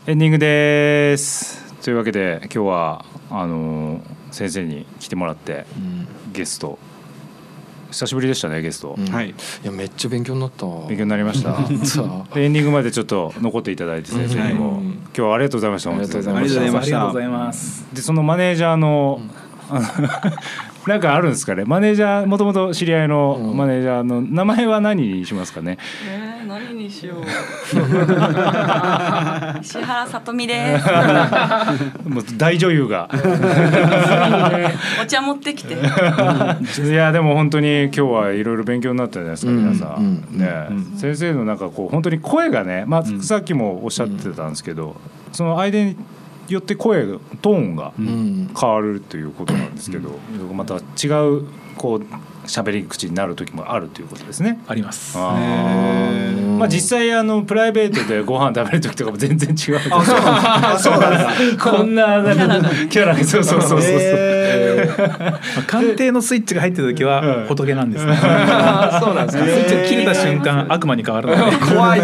エンディングです。というわけで今日は先生に来てもらって、ゲスト久しぶりでしたね。ゲスト、 はい、いやめっちゃ勉強になった。 勉強になりましたでエンディングまでちょっと残っていただいて先生にも、今日はありがとうございました。 ありがとうございます。 でそのマネージャーの、なんかあるんですかね。マネージャーもともと知り合いのマネージャーの名前は何にしますかね。 何にしよう石原さとみですもう大女優がお茶持ってきていやでも本当に今日はいろいろ勉強になったじゃないですか、皆さん、ね、先生のなんかこう本当に声がね、さっきもおっしゃってたんですけど、その相手によって声トーンが変わるということなんですけど、また違うこう喋り口になる時もあるということですね。 あります。 実際プライベートでご飯食べる時とかも全然違う。 そうなんだ。 こんなキャラそう鑑定のスイッチが入ってる時は仏なんですね。 そうなんですか。 スイッチが切れた瞬間悪魔に変わるので怖い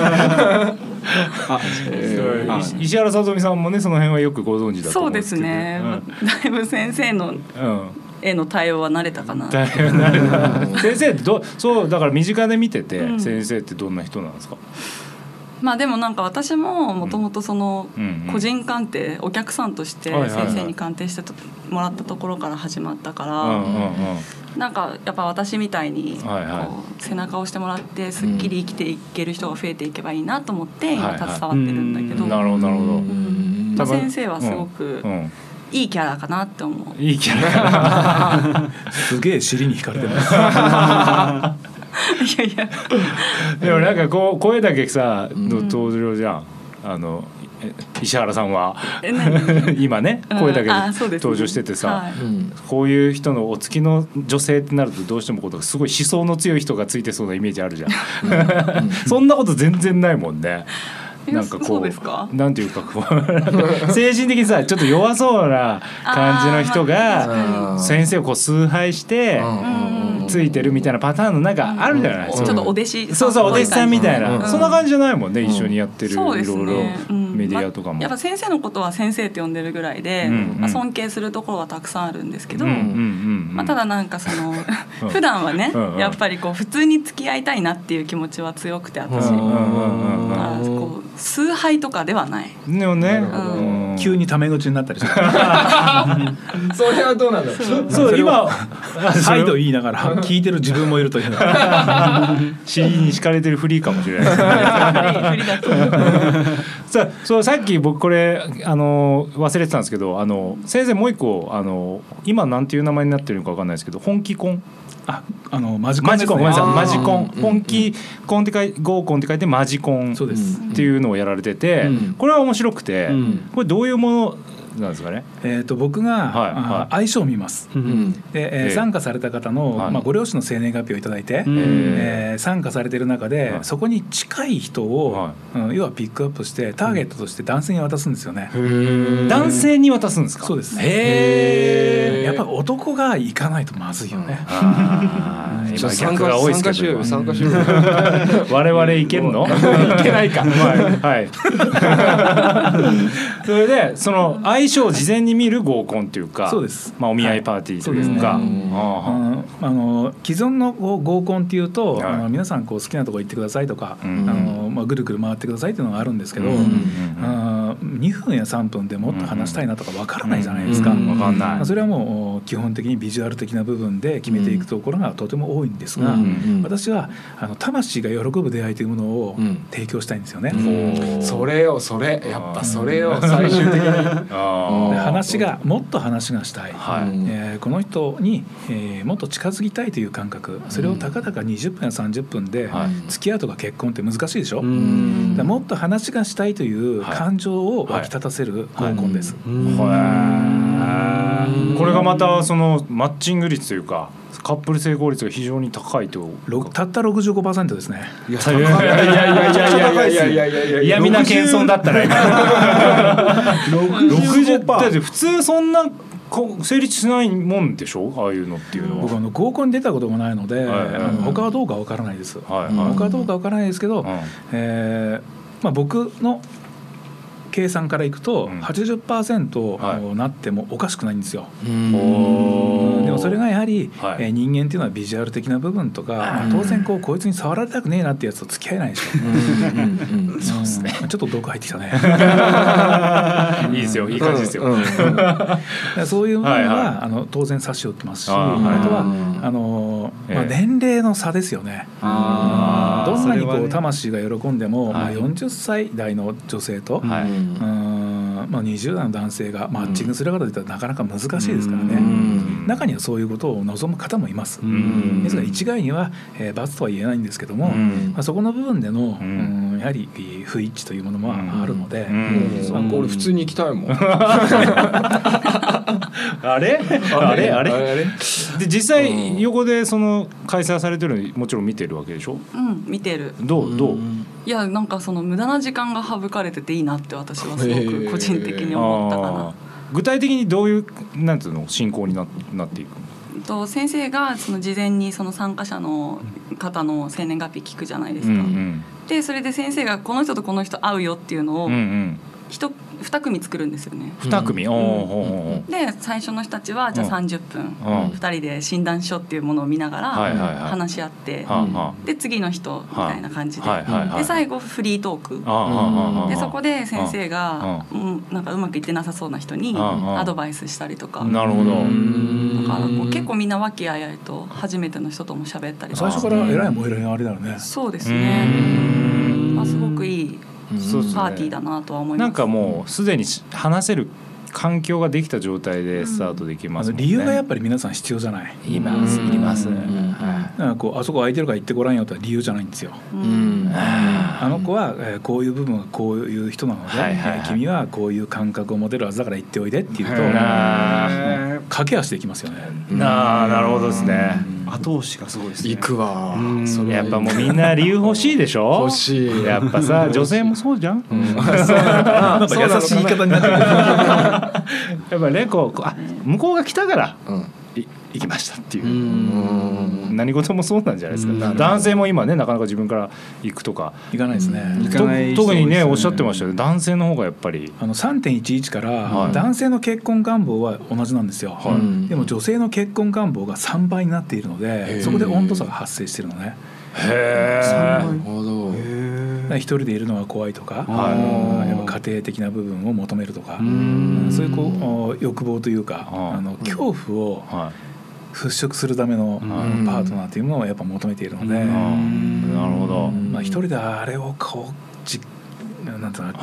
石原さとみさんもね、その辺はよくご存知だと思うんですけど。 そうですね、だいぶ先生のへの対応は慣れたかな。 先生ってそうだから身近で見てて、先生ってどんな人なんですか。 でもなんか私ももともとその個人鑑定、お客さんとして先生に鑑定してもらったところから始まったから、なんかやっぱ私みたいにこう背中を押してもらってすっきり生きていける人が増えていけばいいなと思って今携わってるんだけど、 なるほどなるほど。 先生はすごくいいキャラかなって思う。 いいキャラかなすげえ尻に惹かれてますいやいやでもなんかこう声だけさの登場じゃん、石原さんは今ね声だけ登場しててさ、こういう人のお付きの女性ってなるとどうしてもこうすごい思想の強い人がついてそうなイメージあるじゃんそんなこと全然ないもんね。なんかこうなんていうかこう精神的にさちょっと弱そうな感じの人が先生をこう崇拝してついてるみたいなパターンのなんかあるじゃないですか。 ちょっとお弟子そうお弟子さんみたいな、そんな感じじゃないもんね。一緒にやってるいろいろメディアとかも、 やっぱ先生のことは先生って呼んでるぐらいで、尊敬するところはたくさんあるんですけど、ただなんかその普段はねやっぱりこう普通に付き合いたいなっていう気持ちは強くて、私こう崇拝とかではないでもね、 急にタメ口になったりするそれはどうなんだろう。 そう今再度言いながら聞いてる自分もいるという尻に敷かれてるフリーかもしれないフリーだとさっき僕これ忘れてたんですけど、先生もう一個今なんていう名前になってるのか分かんないですけど、本気婚マジコンですね。 ごめんなさい、マジコン、本気コンって書いて合コンって書いてマジコンっていうのをやられてて、これは面白くて、これどういうものなんですかね。 僕が相性を見ます。で参加された方のご両親の生年月日をいただいて、参加されている中でそこに近い人を要はピックアップしてターゲットとして男性に渡すんですよね。 男性に渡すんですか。 そうです。やっぱり男が行かないとまずいよね。 今逆が多いですけど、 参加しよう我々いけるの？いけないか。はい。それでその相性を事前に見る合コンというか、 そうです。 お見合いパーティーというか、 既存の合コンっていうと皆さんこう好きなとこ行ってくださいとか、ぐるぐる回ってくださいっていうのがあるんですけど、2分や3分でもっと話したいなとか分からないじゃないですか。 分かんない。 それはもう基本的にビジュアル的な部分で決めていくところがとても多いんですが、私は魂が喜ぶ出会いというものを提供したいんですよね。 それよ、やっぱそれよ最終的にもっと話がしたい、この人に、もっと近づきたいという感覚、それをたかだか20分や30分で付き合うとか結婚って難しいでしょ。もっと話がしたいという感情を湧き立たせる合コンです。 これがまたそのマッチング率というかカップル成功率が非常に高いと。 たった 65% ですね。 いや嫌味な謙遜だったら今60%だって普通そんな成立しないもんでしょ、ああいうのっていうのは。 僕合コンに出たことがないので、他はどうかわからないです。他はどうかわからないですけど、僕の計算からいくと 80% なってもおかしくないんですよ。でもそれがやはり、人間っていうのはビジュアル的な部分とか、当然こいつに触られたくねえなってやつと付き合えないでしょ。そうですね。ちょっと毒入ってきたね。 いいですよ、いい感じですよ。 そういうものは当然差し寄ってますし、あとは年齢の差ですよね。どんなに魂が喜んでも、40歳代の女性と、20代の男性がマッチングする方といったらなかなか難しいですからね。中にはそういうことを望む方もいます。ですが一概には罰とは言えないんですけども、そこの部分でのやはり不一致というものもあるので、 俺普通に行きたいもん。 あれで実際横でその開催されてるのもちろん見てるわけでしょ。 見てる。 どういやなんかその無駄な時間が省かれてていいなって私はすごく個人的に思ったかな。 具体的にどういうなんていうの進行になっていくの？先生がその事前にその参加者の方の生年月日聞くじゃないですか。でそれで先生がこの人とこの人会うよっていうのを2組作るんですよね。 2組、 で最初の人たちはじゃあ30分、2人で診断書っていうものを見ながら話し合って、で次の人みたいな感じで、で最後フリートークで、そこで先生がなんかうまくいってなさそうな人にアドバイスしたりとか。 なるほど。だから結構みんな和気あいあいと初めての人とも喋ったりとか。 最初から偉いも偉いあれだよね。 そうですね。すごくいいパーティーだなとは思います。 なんかもうすでに話せる環境ができた状態でスタートできますもんね。 理由がやっぱり皆さん必要じゃない。 いります。 なんかあそこ空いてるから行ってごらんよって理由じゃないんですよ。あの子はこういう部分がこういう人なので、君はこういう感覚を持てるはずだから行っておいでっていうと駆け足できますよね。 なるほどですね。 後押しがすごいですね。 行くわ。 やっぱもうみんな理由欲しいでしょ。 欲しい。 やっぱさ女性もそうじゃん。 なんか優しい言い方になってる。 やっぱね向こうが来たから行きましたっていう。何事もそうなんじゃないですか。男性も今ねなかなか自分から行くとか行かないですね。 特にねおっしゃってましたよね。男性の方がやっぱり 3.11 から男性の結婚願望は同じなんですよ。でも女性の結婚願望が3倍になっているので、そこで温度差が発生しているのね。 なるほど。 一人でいるのが怖いとか、やっぱ家庭的な部分を求めるとか、そういう欲望というか恐怖を払拭するためのパートナーというものをやっぱ求めているので、 なるほど。 一人であれをなんとなく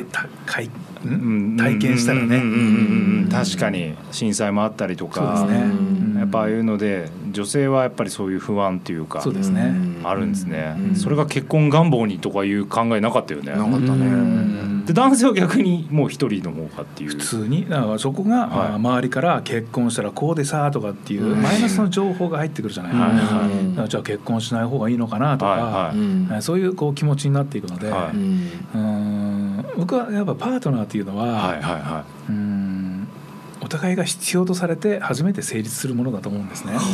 体験したらね。 確かに震災もあったりとか、 そうですね。 やっぱああいうので女性はやっぱりそういう不安っていうか、 そうですね。 あるんですね。それが結婚願望にとかいう考えなかったよね。 なかったね。 で男性は逆にもう一人の方がっていう。 普通にだからそこが周りから結婚したらこうでさとかっていうマイナスの情報が入ってくるじゃない。じゃあ結婚しない方がいいのかなとか、そういう気持ちになっていくので、僕はやっぱパートナーっていうのはお互いが必要とされて初めて成立するものだと思うんですね。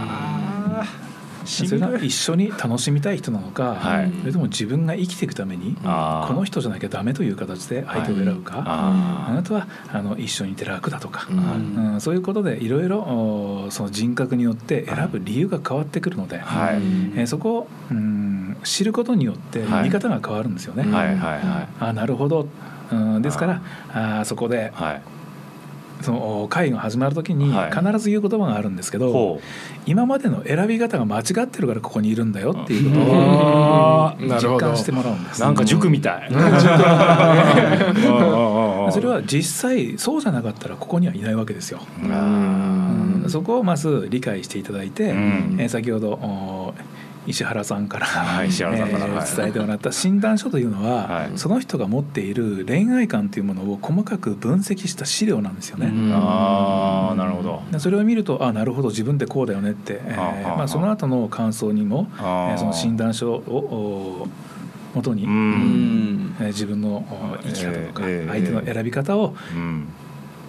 それが一緒に楽しみたい人なのか、それとも自分が生きていくためにこの人じゃなきゃダメという形で相手を選ぶか、あなたは一緒にいて楽だとか、そういうことでいろいろその人格によって選ぶ理由が変わってくるので、そこを知ることによって見方が変わるんですよね。なるほど。ですからそこでその会が始まる時に必ず言う言葉があるんですけど、今までの選び方が間違ってるからここにいるんだよっていうことを実感してもらうんです。 なんか塾みたい。それは実際そうじゃなかったらここにはいないわけですよ。そこをまず理解していただいて、先ほど石原さんから伝えてもらった診断書というのは、その人が持っている恋愛観というものを細かく分析した資料なんですよね。 なるほど。 それを見るとなるほど自分ってこうだよねって、その後の感想にもその診断書を元に自分の生き方とか相手の選び方を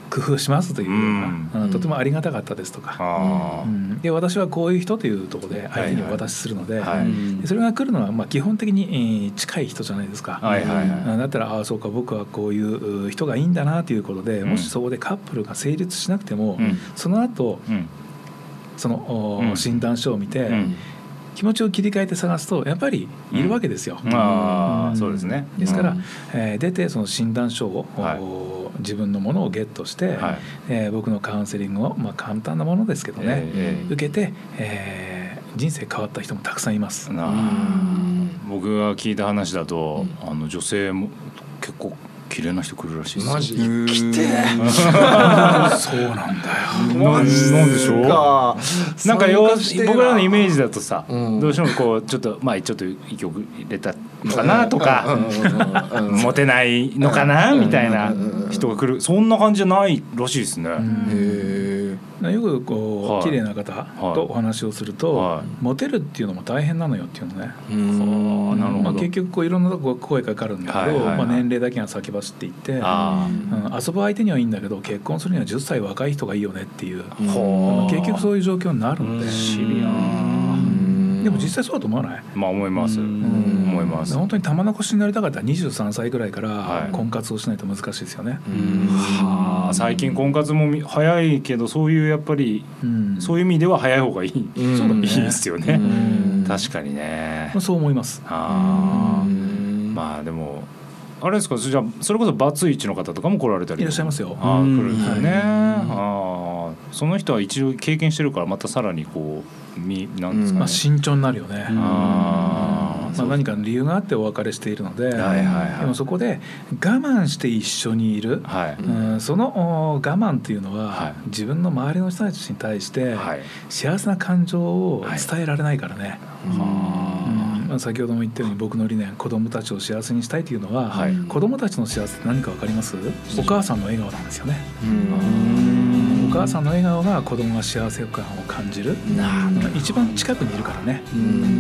工夫しますというような、とてもありがたかったですとか、で私はこういう人というところで相手にお渡しするので、それが来るのは基本的に近い人じゃないですか。だったらそうか僕はこういう人がいいんだなということで、もしそこでカップルが成立しなくても、その後、その診断書を見て、気持ちを切り替えて探すとやっぱりいるわけですよ。 そうですね。 ですから、出てその診断書を、自分のものをゲットして、僕のカウンセリングを、簡単なものですけどね、受けて、人生変わった人もたくさんいます。 僕が聞いた話だと、女性も結構綺麗な人来るらしいですよ。 マジ来てそうなんだよ。 なんでしょう。なんか僕らのイメージだとさ、どうしてもこうちょっとちょっと一曲入れたのかなとか、モテないのかなみたいな人が来る、そんな感じじゃないらしいですね。 よくこう綺麗な方とお話をすると、モテるっていうのも大変なのよっていうのね。結局こういろんなとこ声かかるんだけど、年齢だけが先走っていって、遊ぶ相手にはいいんだけど結婚するには10歳若い人がいいよねっていう、結局そういう状況になるので。 シビア。 でも実際そうだと思わない？ 思います。思います。 本当に玉の腰になりたかったら23歳ぐらいから婚活をしないと難しいですよね。 最近婚活も早いけど、そういうやっぱり、そういう意味では早い方がいい。そうだね。いいですよね。確かにね。 そう思います。 でもあれですか、じゃあそれこそバツイチの方とかも来られたりいらっしゃいますよ。 来るんですよね。その人は一応経験してるから、またさらにこうなんですかね、 慎重になるよね。何かの理由があってお別れしているので、でもそこで我慢して一緒にいる、その我慢っていうのは、自分の周りの人たちに対して幸せな感情を伝えられないからね。先ほども言ったように僕の理念、子どもたちを幸せにしたいというのは、子どもたちの幸せって何か分かります？お母さんの笑顔なんですよね。お母さんの笑顔が子どもが幸せ感を感じる、一番近くにいるからね。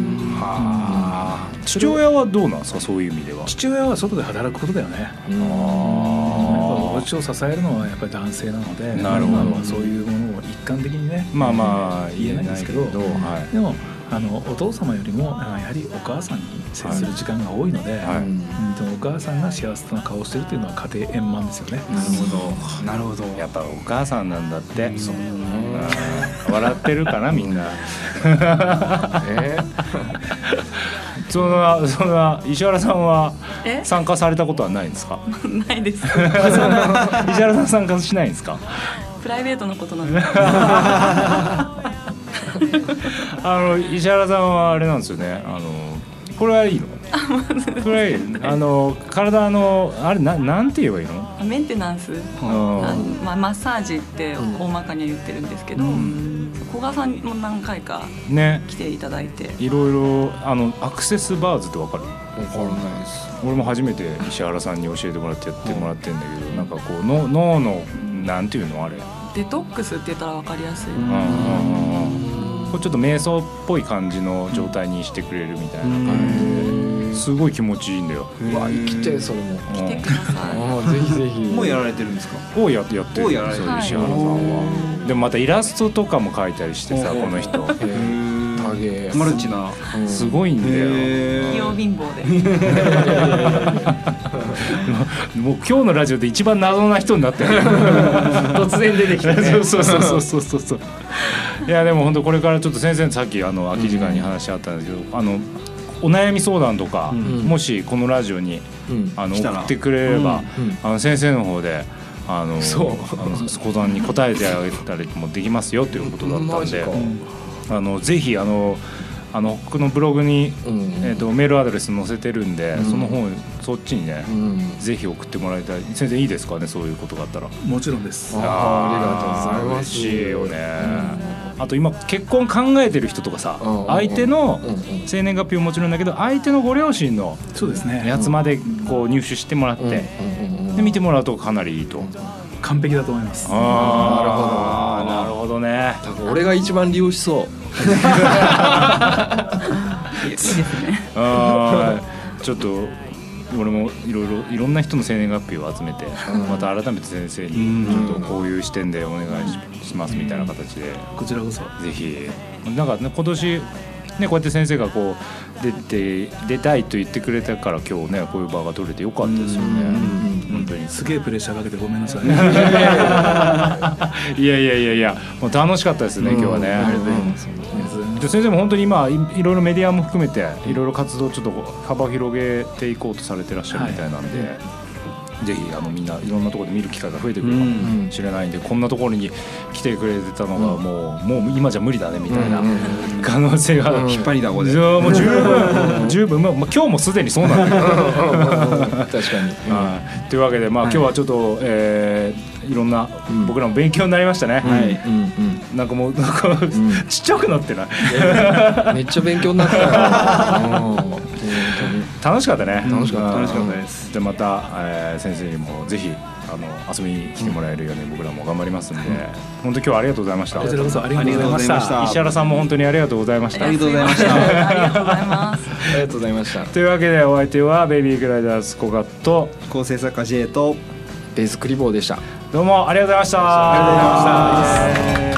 父親はどうなんですか、そういう意味では。 父親は外で働くことだよね。お家を支えるのはやっぱり男性なので、そういうものを一貫的にね、言えないんですけど、でもお父様よりもやはりお母さんに接する時間が多いので、でもお母さんが幸せな顔をしてるというのは家庭円満ですよね。 なるほど。やっぱお母さんなんだって。笑ってるかなみんな。その石原さんは参加されたことはないんですか？ ないです。石原さん参加しないんですか？ プライベートのことなんで。 石原さんはあれなんですよね。これはいいの？これ体のあれなんて言えばいいの？ メンテナンス、マッサージって大まかには言ってるんですけど、古賀さんも何回か来ていただいて、 いろいろアクセスバーズって分かる？ 分からないです。 俺も初めて石原さんに教えてもらってやってもらってるんだけど、なんかこう脳のなんていうのあれ？ デトックスって言ったら分かりやすい。 これちょっと瞑想っぽい感じの状態にしてくれるみたいな感じですごい気持ちいいんだよ。 生きてそれも来てください。 ぜひぜひ。 もうやられてるんですか？ やってる。そう石原さんは。でもまたイラストとかも描いたりしてさ、この人。 マルチな。 すごいんだよ。 器用貧乏で。 もう今日のラジオで一番謎な人になったよ。 突然出てきてね。 そう。いやでも本当これからちょっと先生さっき空き時間に話し合ったんですけど、お悩み相談とか、もしこのラジオに送ってくれれば、先生の方で相談に答えてあげたりもできますよということだったんで、ぜひ僕のブログに、メールアドレス載せてるんで、そっちにね、ぜひ送ってもらいたい。先生いいですかね、そういうことがあったら。 もちろんです。 ありがとうございます。 嬉しいよね。あと今結婚考えてる人とかさ、相手の生年月日ももちろんだけど、相手のご両親のやつまでこう入手してもらって、で見てもらうとかなりいいと。 完璧だと思います。 なるほどね。 多分俺が一番利用しそう。 いいですね。 ちょっと俺もいろんな人の生年月日を集めて、また改めて先生にちょっとこういう視点でお願いしますみたいな形で、 こちらこそぜひなんかね今年ねこうやって先生がこう出たいと言ってくれたから今日ねこういう場が取れてよかったですよね。本当にすげえプレッシャーかけてごめんなさい。 いやもう楽しかったですね今日はね。ありがとうございます。先生も本当に今いろいろメディアも含めていろいろ活動をちょっと幅を広げていこうとされてらっしゃるみたいなんで、ぜひみんないろんなところで見る機会が増えてくるかもしれないんで、こんなところに来てくれてたのがもう今じゃ無理だねみたいな可能性が引っ張りだこでもう十分今日もすでにそうなんだけど確かに。 というわけで今日はちょっといろんな僕らも勉強になりましたね。なんかもうちっちゃくなってない。 めっちゃ勉強になったよ。 楽しかったね。 楽しかったです。 でまた先生にもぜひ遊びに来てもらえるように僕らも頑張りますんで、本当今日はありがとうございました。 こちらこそありがとうございました。 石原さんも本当にありがとうございました。 ありがとうございました。 ありがとうございます。 ありがとうございました。 というわけでお相手はベイビーグライダーズコガと構成作家 J とベースクリボーでした。 どうもありがとうございました。 ありがとうございました。